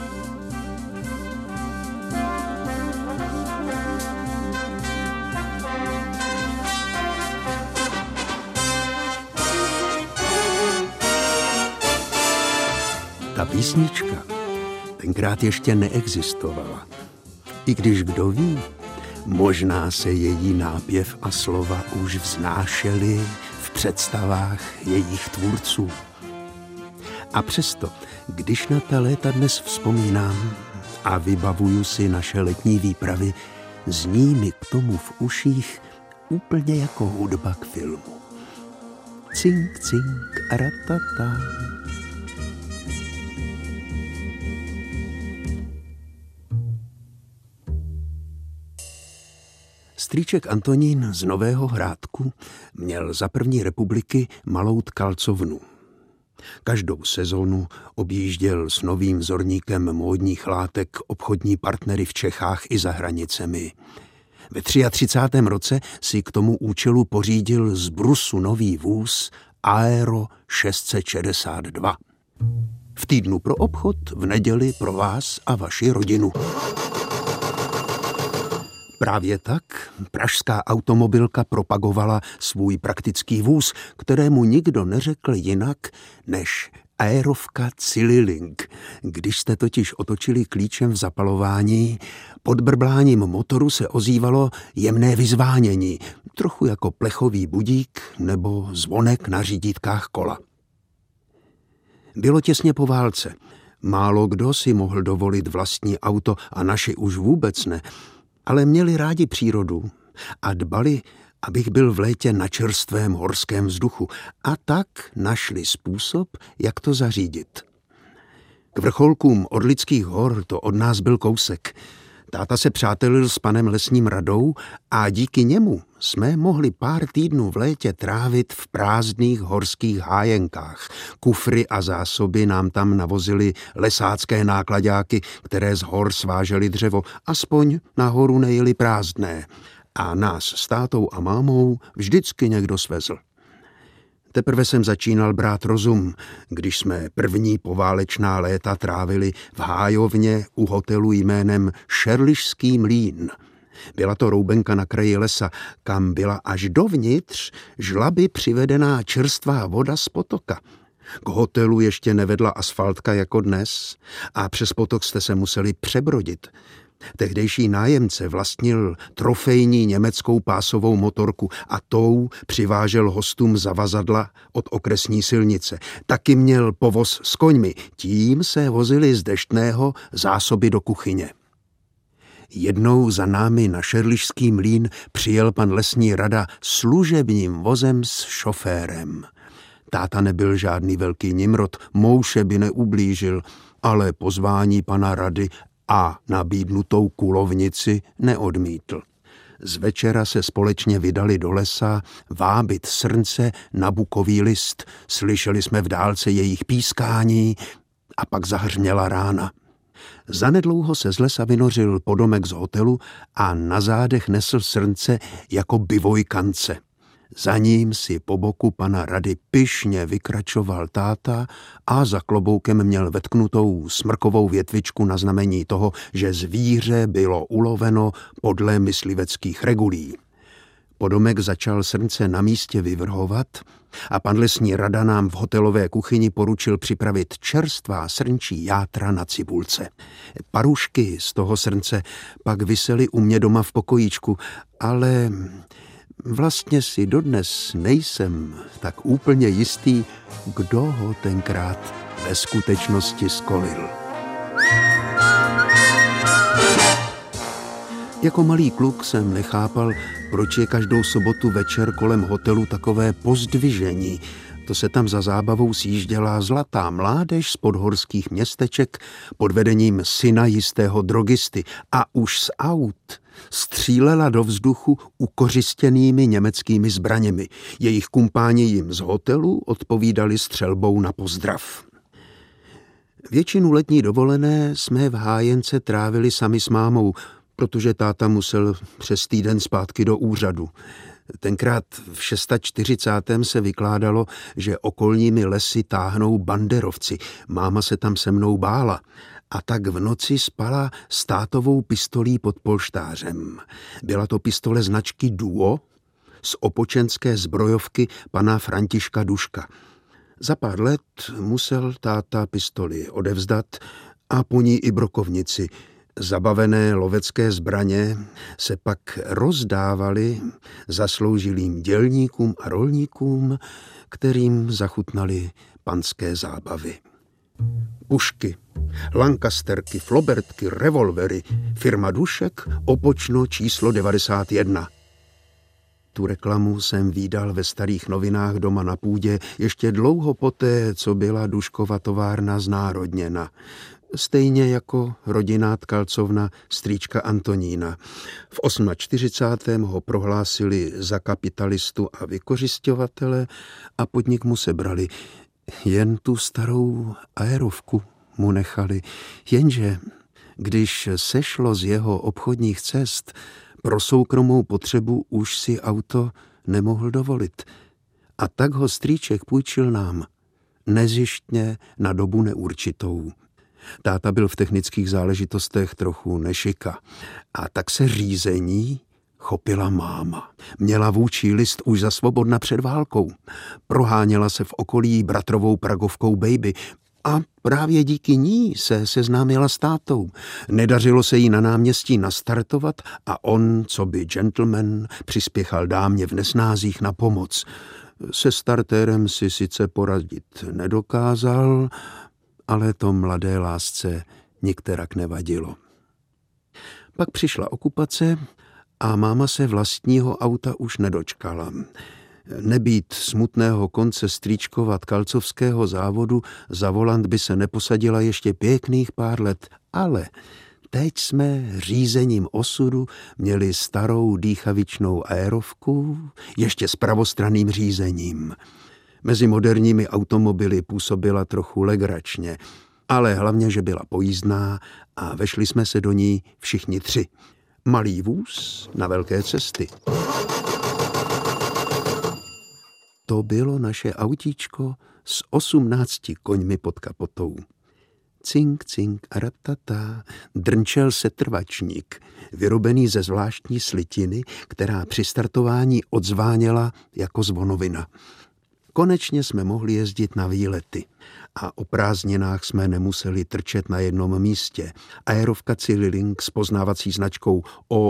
Ta písnička tenkrát ještě neexistovala. I když kdo ví, možná se její nápěv a slova už vznášely v představách jejich tvůrců. A přesto, když na ta léta dnes vzpomínám a vybavuju si naše letní výpravy, zní mi k tomu v uších úplně jako hudba k filmu. Cink, cink, ratata. Strýček Antonín z Nového Hrádku měl za první republiky malou tkalcovnu. Každou sezónu objížděl s novým vzorníkem módních látek obchodní partnery v Čechách i za hranicemi. Ve 33. roce si k tomu účelu pořídil z brusu nový vůz Aero 662. V týdnu pro obchod, v neděli pro vás a vaši rodinu. Právě tak pražská automobilka propagovala svůj praktický vůz, kterému nikdo neřekl jinak než aerovka Cililing. Když jste totiž otočili klíčem v zapalování, pod brbláním motoru se ozývalo jemné vyzvánění, trochu jako plechový budík nebo zvonek na řídítkách kola. Bylo těsně po válce. Málo kdo si mohl dovolit vlastní auto a naši už vůbec ne, ale měli rádi přírodu a dbali, abych byl v létě na čerstvém horském vzduchu, a tak našli způsob, jak to zařídit. K vrcholkům Orlických hor to od nás byl kousek. Táta se přátelil s panem lesním radou a díky němu jsme mohli pár týdnů v létě trávit v prázdných horských hájenkách. Kufry a zásoby nám tam navozily lesácké náklaďáky, které z hor svážely dřevo, aspoň nahoru nejeli prázdné. A nás s tátou a mámou vždycky někdo svezl. Teprve jsem začínal brát rozum, když jsme první poválečná léta trávili v hájovně u hotelu jménem Šerlišský mlýn. Byla to roubenka na kraji lesa, kam byla až dovnitř žlaby přivedená čerstvá voda z potoka. K hotelu ještě nevedla asfaltka jako dnes a přes potok jste se museli přebrodit. Tehdejší nájemce vlastnil trofejní německou pásovou motorku a tou přivážel hostům zavazadla od okresní silnice. Taky měl povoz s koňmi, tím se vozili z Deštného zásoby do kuchyně. Jednou za námi na Šerlišský mlýn přijel pan lesní rada služebním vozem s šoférem. Táta nebyl žádný velký nimrod, mouše by neublížil, ale pozvání pana rady a nabídnutou kulovnici neodmítl. Z večera se společně vydali do lesa vábit srnce na bukový list. Slyšeli jsme v dálce jejich pískání a pak zahřměla rána. Zanedlouho se z lesa vynořil podomek z hotelu a na zádech nesl srnce jako bivojkance. Za ním si po boku pana rady pyšně vykračoval táta a za kloboukem měl vetknutou smrkovou větvičku na znamení toho, že zvíře bylo uloveno podle mysliveckých regulí. Podomek začal srnce na místě vyvrhovat a pan lesní rada nám v hotelové kuchyni poručil připravit čerstvá srnčí játra na cibulce. Parušky z toho srnce pak visely u mě doma v pokojíčku, ale vlastně si dodnes nejsem tak úplně jistý, kdo ho tenkrát ve skutečnosti skolil. Jako malý kluk jsem nechápal, proč je každou sobotu večer kolem hotelu takové pozdvižení. To se tam za zábavou sjížděla zlatá mládež z podhorských městeček pod vedením syna jistého drogisty a už z aut střílela do vzduchu ukořistěnými německými zbraněmi. Jejich kumpáni jim z hotelu odpovídali střelbou na pozdrav. Většinu letní dovolené jsme v hájence trávili sami s mámou, protože táta musel přes týden zpátky do úřadu. Tenkrát v 640. se vykládalo, že okolními lesy táhnou banderovci. Máma se tam se mnou bála A tak v noci spala s tátovou pistolí pod polštářem. Byla to pistole značky Duo z opočenské zbrojovky pana Františka Duška. Za pár let musel táta pistoli odevzdat a po ní i brokovnici. Zabavené lovecké zbraně se pak rozdávaly zasloužilým dělníkům a rolníkům, kterým zachutnaly panské zábavy. Pušky, Lancasterky, Flobertky, revolvery, firma Dušek, Opočno číslo 91. Tu reklamu jsem vídal ve Starých novinách doma na půdě ještě dlouho poté, co byla Duškova továrna znárodněna. Stejně jako rodinná tkalcovna strýčka Antonína. V 48. ho prohlásili za kapitalistu a vykořisťovatele a podnik mu sebrali. Jen tu starou aerovku mu nechali. Jenže když sešlo z jeho obchodních cest, pro soukromou potřebu už si auto nemohl dovolit. A tak ho strýček půjčil nám. Nezištně na dobu neurčitou. Táta byl v technických záležitostech trochu nešika. A tak se řízení chopila máma. Měla vůči list už za svobodna před válkou. Proháněla se v okolí bratrovou pragovkou Baby. A právě díky ní se seznámila s tátou. Nedařilo se jí na náměstí nastartovat a on, co by gentleman, přispěchal dámě v nesnázích na pomoc. Se startérem si sice poradit nedokázal, ale to mladé lásce nikterak nevadilo. Pak přišla okupace a máma se vlastního auta už nedočkala. Nebýt smutného konce strýčkova tkalcovského závodu, za volant by se neposadila ještě pěkných pár let, ale teď jsme řízením osudu měli starou dýchavičnou aerovku, ještě s pravostranným řízením. Mezi moderními automobily působila trochu legračně, ale hlavně, že byla pojízdná a vešli jsme se do ní všichni tři. Malý vůz na velké cesty. To bylo naše autíčko s 18 koňmi pod kapotou. Cink, cink a ratata drnčel setrvačník, vyrobený ze zvláštní slitiny, která při startování odzváněla jako zvonovina. Konečně jsme mohli jezdit na výlety a o prázdninách jsme nemuseli trčet na jednom místě. Aerovka Cililink s poznávací značkou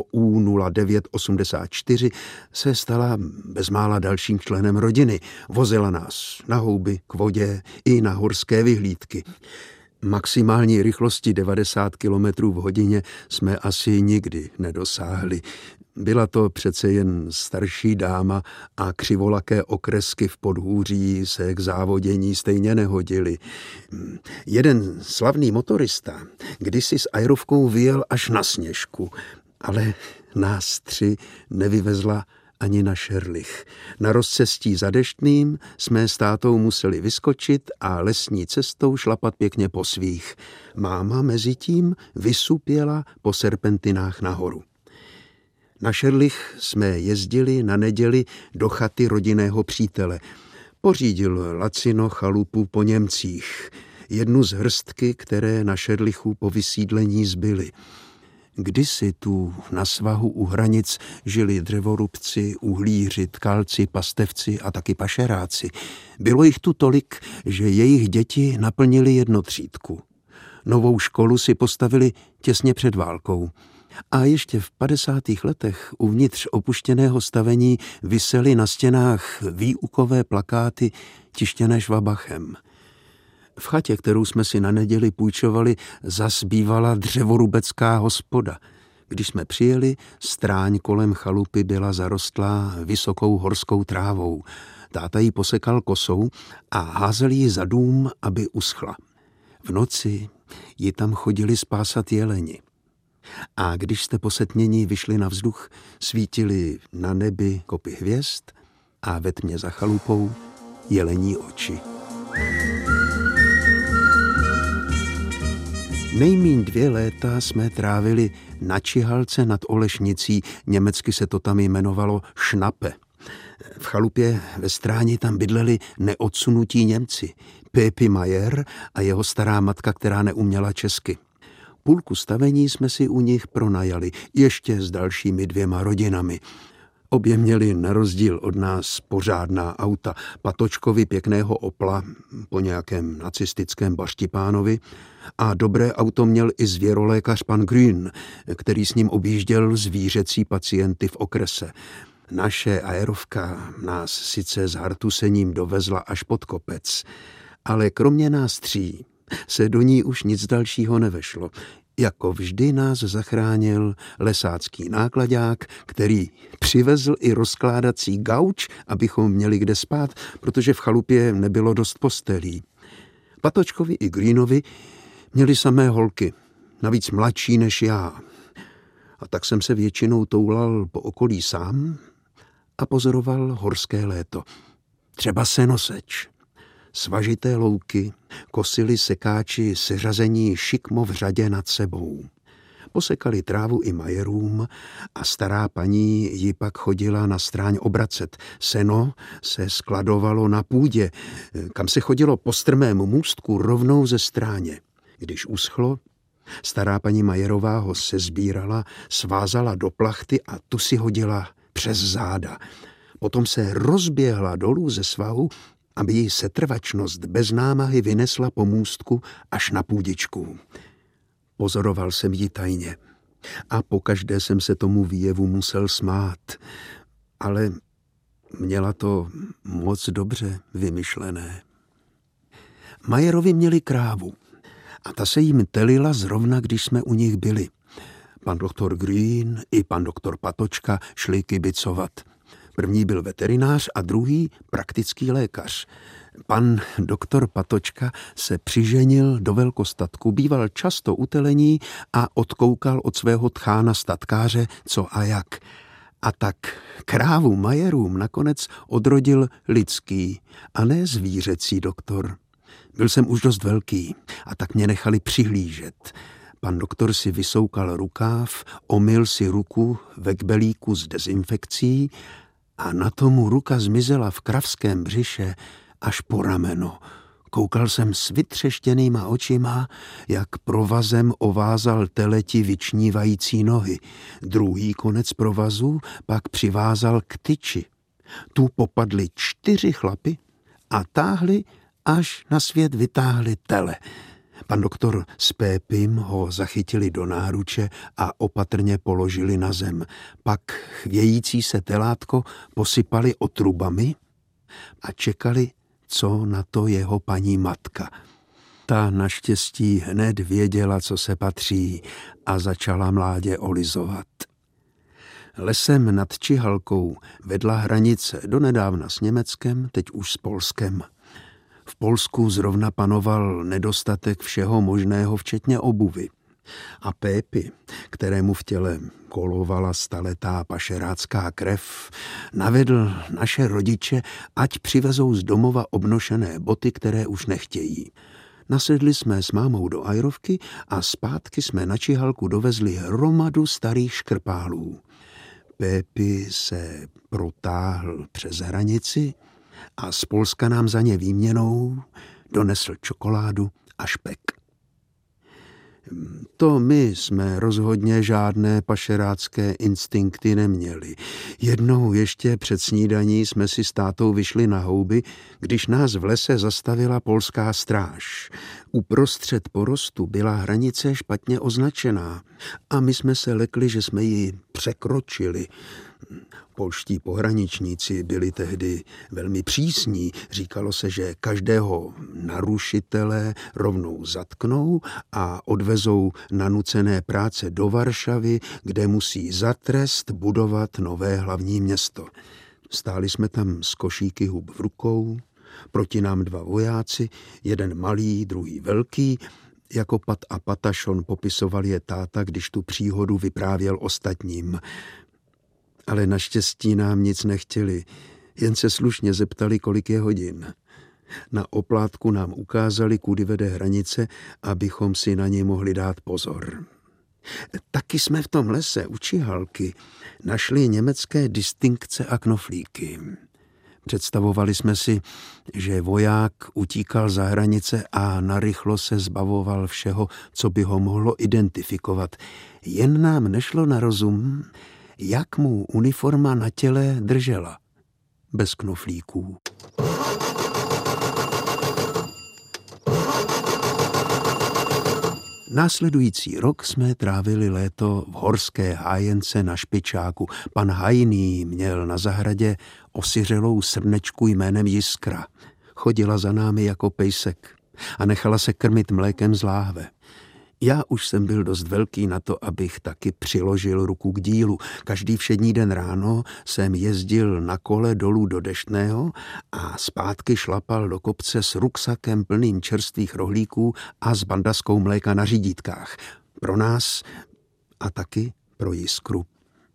OU0984 se stala bezmála dalším členem rodiny. Vozila nás na houby, k vodě i na horské vyhlídky. Maximální rychlosti 90 km v hodině jsme asi nikdy nedosáhli. Byla to přece jen starší dáma a křivolaké okresky v podhůří se k závodění stejně nehodily. Jeden slavný motorista kdysi s aerovkou vyjel až na Sněžku, ale nás tři nevyvezla ani na Šerlich. Na rozcestí za Deštným jsme s tátou museli vyskočit a lesní cestou šlapat pěkně po svých. Máma mezitím vysupěla po serpentinách nahoru. Na Šerlich jsme jezdili na neděli do chaty rodinného přítele. Pořídil lacino chalupu po Němcích, jednu z hrstky, které na Šerlichu po vysídlení zbyly. Kdysi tu na svahu u hranic žili dřevorubci, uhlíři, tkalci, pastevci a taky pašeráci. Bylo jich tu tolik, že jejich děti naplnili jednotřídku. Novou školu si postavili těsně před válkou. A ještě v 50. letech uvnitř opuštěného stavení visely na stěnách výukové plakáty tištěné Švabachem. V chatě, kterou jsme si na neděli půjčovali, zas bývala dřevorubecká hospoda. Když jsme přijeli, stráň kolem chalupy byla zarostlá vysokou horskou trávou. Táta ji posekal kosou a házel ji za dům, aby uschla. V noci ji tam chodili spásat jeleni. A když jste po setmění vyšli na vzduch, svítily na nebi kopy hvězd a ve tmě za chalupou jelení oči. Nejmíň 2 léta jsme trávili na Čihalce nad Olešnicí, německy se to tam jmenovalo Šnape. V chalupě ve Stráni tam bydleli neodsunutí Němci, Pépi Majer a jeho stará matka, která neuměla česky. Půlku stavení jsme si u nich pronajali, ještě s dalšími 2 rodinami. Obě měli na rozdíl od nás pořádná auta. Patočkovi pěkného Opla po nějakém nacistickém baštipánovi a dobré auto měl i zvěrolékař pan Grün, který s ním objížděl zvířecí pacienty v okrese. Naše aerovka nás sice s Hartusením dovezla až pod kopec, ale kromě nás 3 se do ní už nic dalšího nevešlo. Jako vždy nás zachránil lesácký nákladák, který přivezl i rozkládací gauč, abychom měli kde spát, protože v chalupě nebylo dost postelí. Patočkovi i Greenovi měli samé holky, navíc mladší než já. A tak jsem se většinou toulal po okolí sám a pozoroval horské léto. Třeba senoseč. Svažité louky kosili sekáči seřazení šikmo v řadě nad sebou. Posekali trávu i majerům a stará paní ji pak chodila na stráň obracet. Seno se skladovalo na půdě, kam se chodilo po strmém můstku rovnou ze stráně. Když uschlo, stará paní Majerová ho sesbírala, svázala do plachty a tu si hodila přes záda. Potom se rozběhla dolů ze svahu, aby její setrvačnost bez námahy vynesla po můstku až na půdičku. Pozoroval jsem ji tajně a pokaždé jsem se tomu výjevu musel smát, ale měla to moc dobře vymyšlené. Majerovi měli krávu a ta se jim telila zrovna, když jsme u nich byli. Pan doktor Green i pan doktor Patočka šli kibicovat. První byl veterinář a druhý praktický lékař. Pan doktor Patočka se přiženil do velkostatku, býval často u telení a odkoukal od svého tchána statkáře, co a jak. A tak krávu Majerům nakonec odrodil lidský a ne zvířecí doktor. Byl jsem už dost velký a tak mě nechali přihlížet. Pan doktor si vysoukal rukáv, omyl si ruku ve kbelíku s dezinfekcí a na tomu ruka zmizela v kravském břiše až po rameno. Koukal jsem s vytřeštěnýma očima, jak provazem ovázal teleti vyčnívající nohy. Druhý konec provazu pak přivázal k tyči. Tu popadli 4 chlapy a táhli, až na svět vytáhli tele. Pan doktor s Pépim ho zachytili do náruče a opatrně položili na zem. Pak chvějící se telátko posypali otrubami a čekali, co na to jeho paní matka. Ta naštěstí hned věděla, co se patří a začala mládě olizovat. Lesem nad Čihalkou vedla hranice donedávna s Německem, teď už s Polskem. V Polsku zrovna panoval nedostatek všeho možného, včetně obuvy. A Pépi, kterému v těle kolovala staletá pašerácká krev, navedl naše rodiče, ať přivezou z domova obnošené boty, které už nechtějí. Nasedli jsme s mámou do ajrovky a zpátky jsme na Čihalku dovezli hromadu starých škrpálů. Pépi se protáhl přes hranici a z Polska nám za ně výměnou donesl čokoládu a špek. To my jsme rozhodně žádné pašerácké instinkty neměli. Jednou ještě před snídaní jsme si s tátou vyšli na houby, když nás v lese zastavila polská stráž. Uprostřed porostu byla hranice špatně označená a my jsme se lekli, že jsme ji překročili. Polští pohraničníci byli tehdy velmi přísní. Říkalo se, že každého narušitele rovnou zatknou a odvezou na nucené práce do Varšavy, kde musí za trest budovat nové hlavní město. Stáli jsme tam s košíky hub v rukou, proti nám 2 vojáci, jeden malý, druhý velký. Jako Pat a Patašon popisoval je táta, když tu příhodu vyprávěl ostatním. Ale naštěstí nám nic nechtěli, jen se slušně zeptali, kolik je hodin. Na oplátku nám ukázali, kudy vede hranice, abychom si na ně mohli dát pozor. Taky jsme v tom lese u Čihalky našli německé distinkce a knoflíky. Představovali jsme si, že voják utíkal za hranice a narychlo se zbavoval všeho, co by ho mohlo identifikovat. Jen nám nešlo na rozum, jak mu uniforma na těle držela. Bez knoflíků. Následující rok jsme trávili léto v horské hájence na Špičáku. Pan Hajný měl na zahradě osiřelou srnečku jménem Jiskra. Chodila za námi jako pejsek a nechala se krmit mlékem z láhve. Já už jsem byl dost velký na to, abych taky přiložil ruku k dílu. Každý všední den ráno jsem jezdil na kole dolů do Deštného a zpátky šlapal do kopce s ruksakem plným čerstvých rohlíků a s bandaskou mléka na řídítkách. Pro nás a taky pro Jiskru.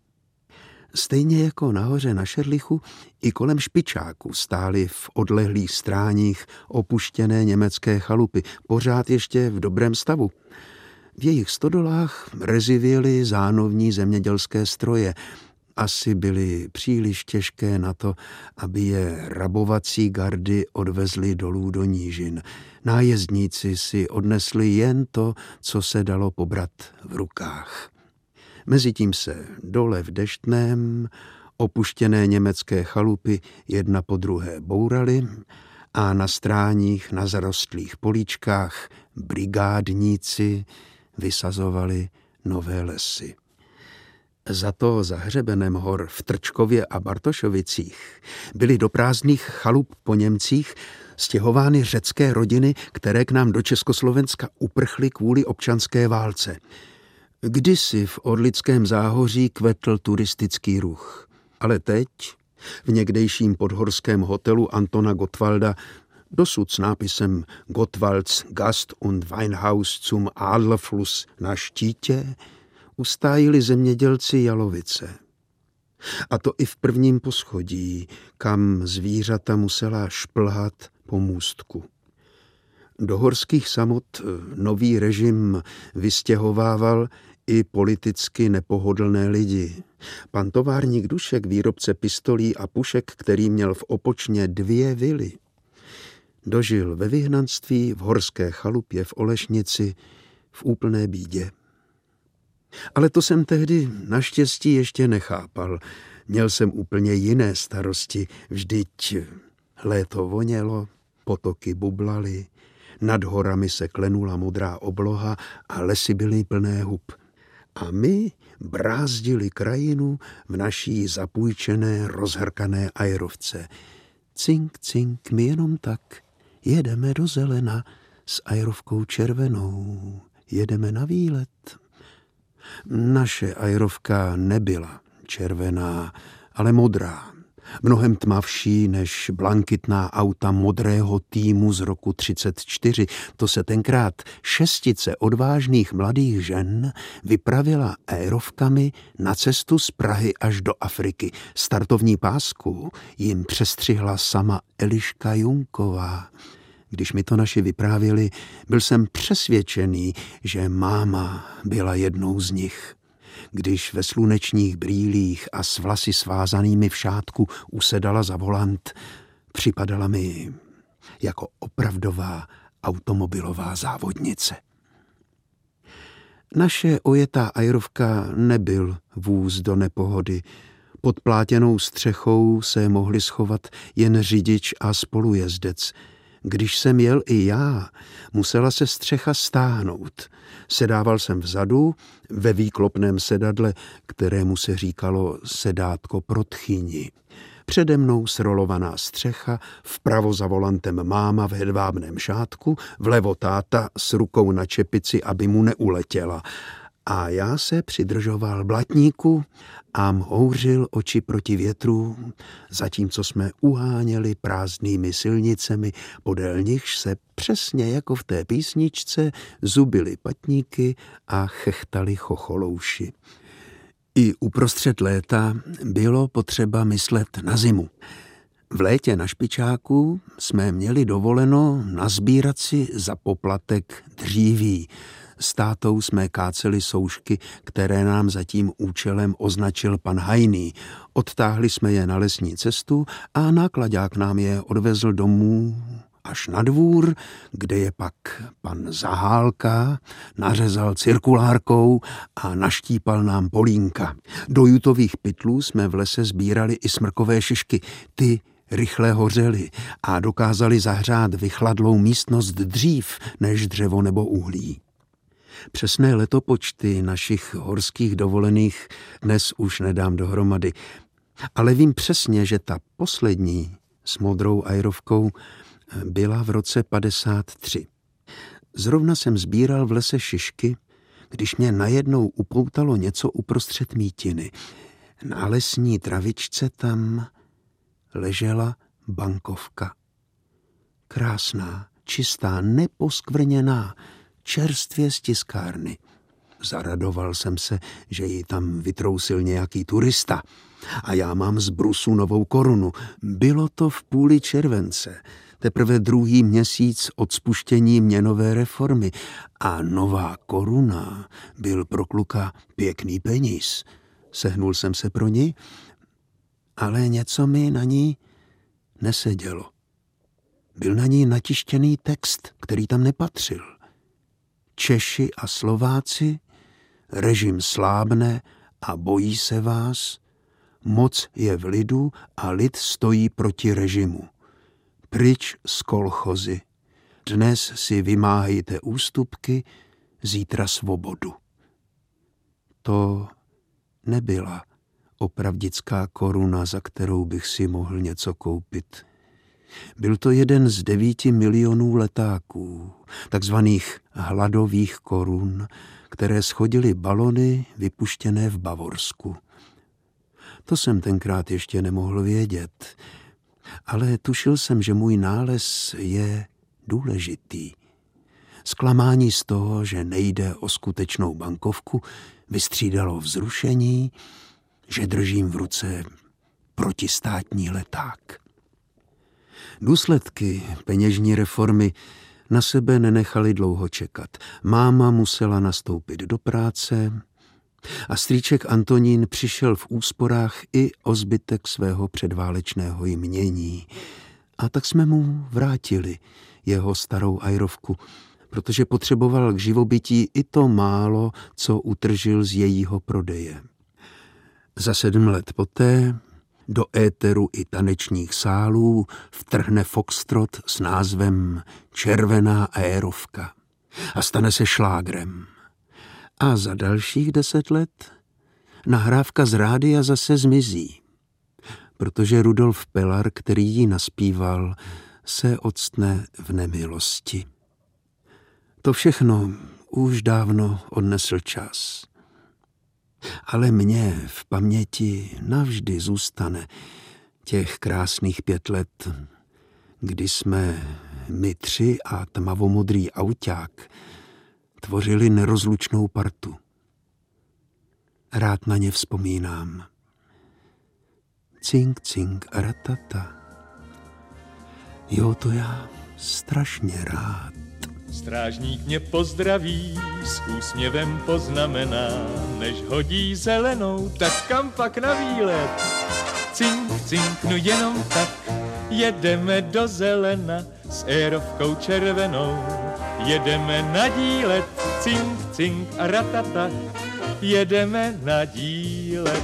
Stejně jako nahoře na Šerlichu, i kolem Špičáku stály v odlehlých stráních opuštěné německé chalupy, pořád ještě v dobrém stavu. V jejich stodolách rezivěly zánovní zemědělské stroje. Asi byly příliš těžké na to, aby je rabovací gardy odvezly dolů do nížin. Nájezdníci si odnesli jen to, co se dalo pobrat v rukách. Mezitím se dole v Deštném opuštěné německé chalupy jedna po druhé bouraly a na stráních, na zarostlých políčkách brigádníci vysazovali nové lesy. Za to za hřebenem hor v Trčkově a Bartošovicích byly do prázdných chalup po Němcích stěhovány řecké rodiny, které k nám do Československa uprchly kvůli občanské válce. Kdysi v Orlickém záhoří kvetl turistický ruch, ale teď v někdejším podhorském hotelu Antona Gottwalda, dosud s nápisem Gottwalds Gast- und Weinhaus zum Adlerfluss na štítě, ustájili zemědělci jalovice. A to i v prvním poschodí, kam zvířata musela šplhat po můstku. Do horských samot nový režim vystěhovával i politicky nepohodlné lidi. Pan továrník Dušek, výrobce pistolí a pušek, který měl v Opočně 2 vily, dožil ve vyhnanství v horské chalupě v Olešnici v úplné bídě. Ale to jsem tehdy naštěstí ještě nechápal. Měl jsem úplně jiné starosti. Vždyť léto vonělo, potoky bublaly, nad horami se klenula modrá obloha a lesy byly plné hub. A my brázdili krajinu v naší zapůjčené, rozhrkané aerovce. Cink, cink, my jenom tak jedeme do zelena s aerovkou červenou. Jedeme na výlet. Naše aerovka nebyla červená, ale modrá. Mnohem tmavší než blankitná auta modrého týmu z roku 1934. To se tenkrát 6 odvážných mladých žen vypravila aerovkami na cestu z Prahy až do Afriky. Startovní pásku jim přestřihla sama Eliška Junková. Když mi to naši vyprávěli, byl jsem přesvědčený, že máma byla jednou z nich. Když ve slunečních brýlích a s vlasy svázanými v šátku usedala za volant, připadala mi jako opravdová automobilová závodnice. Naše ojetá aerovka nebyl vůz do nepohody. Pod plátěnou střechou se mohli schovat jen řidič a spolujezdec. Když jsem jel i já, musela se střecha stáhnout. Sedával jsem vzadu ve výklopném sedadle, kterému se říkalo sedátko pro tchyni. Přede mnou srolovaná střecha, vpravo za volantem máma v hedvábném šátku, vlevo táta s rukou na čepici, aby mu neuletěla. A já se přidržoval blatníku a mhouřil oči proti větru, zatímco jsme uháněli prázdnými silnicemi, podél nichž se přesně jako v té písničce zubily patníky a chechtali chocholouši. I uprostřed léta bylo potřeba myslet na zimu. V létě na Špičáku jsme měli dovoleno nazbírat si za poplatek dříví. S tátou jsme káceli soušky, které nám za tím účelem označil pan Hajný. Odtáhli jsme je na lesní cestu a náklaďák nám je odvezl domů až na dvůr, kde je pak pan Zahálka nařezal cirkulárkou a naštípal nám polínka. Do jutových pytlů jsme v lese sbírali i smrkové šišky. Ty rychle hořely a dokázali zahřát vychladlou místnost dřív než dřevo nebo uhlí. Přesné letopočty našich horských dovolených dnes už nedám dohromady, ale vím přesně, že ta poslední s modrou ajrovkou byla v roce 53. Zrovna jsem sbíral v lese šišky, když mě najednou upoutalo něco uprostřed mítiny. Na lesní travičce tam ležela bankovka. Krásná, čistá, neposkvrněná, čerstvě z tiskárny. Zaradoval jsem se, že ji tam vytrousil nějaký turista a já mám z brusu novou korunu. Bylo to v půli července, teprve druhý měsíc od spuštění měnové reformy a nová koruna byl pro kluka pěkný peníz. Sehnul jsem se pro ní, ale něco mi na ní nesedělo. Byl na ní natištěný text, který tam nepatřil. Češi a Slováci, režim slábne a bojí se vás, moc je v lidu a lid stojí proti režimu. Pryč z kolchozy, dnes si vymáhejte ústupky, zítra svobodu. To nebyla opravdická koruna, za kterou bych si mohl něco koupit. Byl to jeden z 9 milionů letáků, takzvaných hladových korun, které shodily balony vypuštěné v Bavorsku. To jsem tenkrát ještě nemohl vědět, ale tušil jsem, že můj nález je důležitý. Zklamání z toho, že nejde o skutečnou bankovku, vystřídalo vzrušení, že držím v ruce protistátní leták. Důsledky peněžní reformy na sebe nenechaly dlouho čekat. Máma musela nastoupit do práce a strýček Antonín přišel v úsporách i o zbytek svého předválečného jmění. A tak jsme mu vrátili jeho starou ajrovku, protože potřeboval k živobytí i to málo, co utržil z jejího prodeje. Za 7 let poté do éteru i tanečních sálů vtrhne foxtrot s názvem Červená aerovka a stane se šlágrem. A za dalších 10 let nahrávka z rádia zase zmizí, protože Rudolf Pelar, který ji naspíval, se octne v nemilosti. To všechno už dávno odnesl čas. Ale mně v paměti navždy zůstane těch krásných 5 let, kdy jsme my 3 a tmavomodrý auták tvořili nerozlučnou partu. Rád na ně vzpomínám. Cink, cink a ratata. Jo, to já strašně rád. Strážník mě pozdraví, s úsměvem poznamená, než hodí zelenou, tak kam pak na výlet? Cink, cinknu jenom tak, jedeme do zelena s érovkou červenou. Jedeme na dílet, cink, cink a ratata, jedeme na dílet.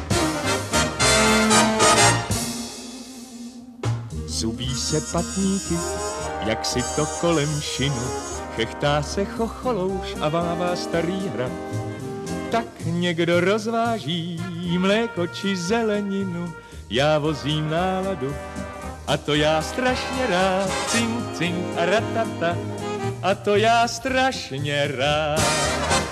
Zubí se patníky, jak si to kolem šinu, chechtá se chocholouš a vává starý hrad. Tak někdo rozváží mléko či zeleninu, já vozím náladu a to já strašně rád. Cink, cink a ratata, a to já strašně rád.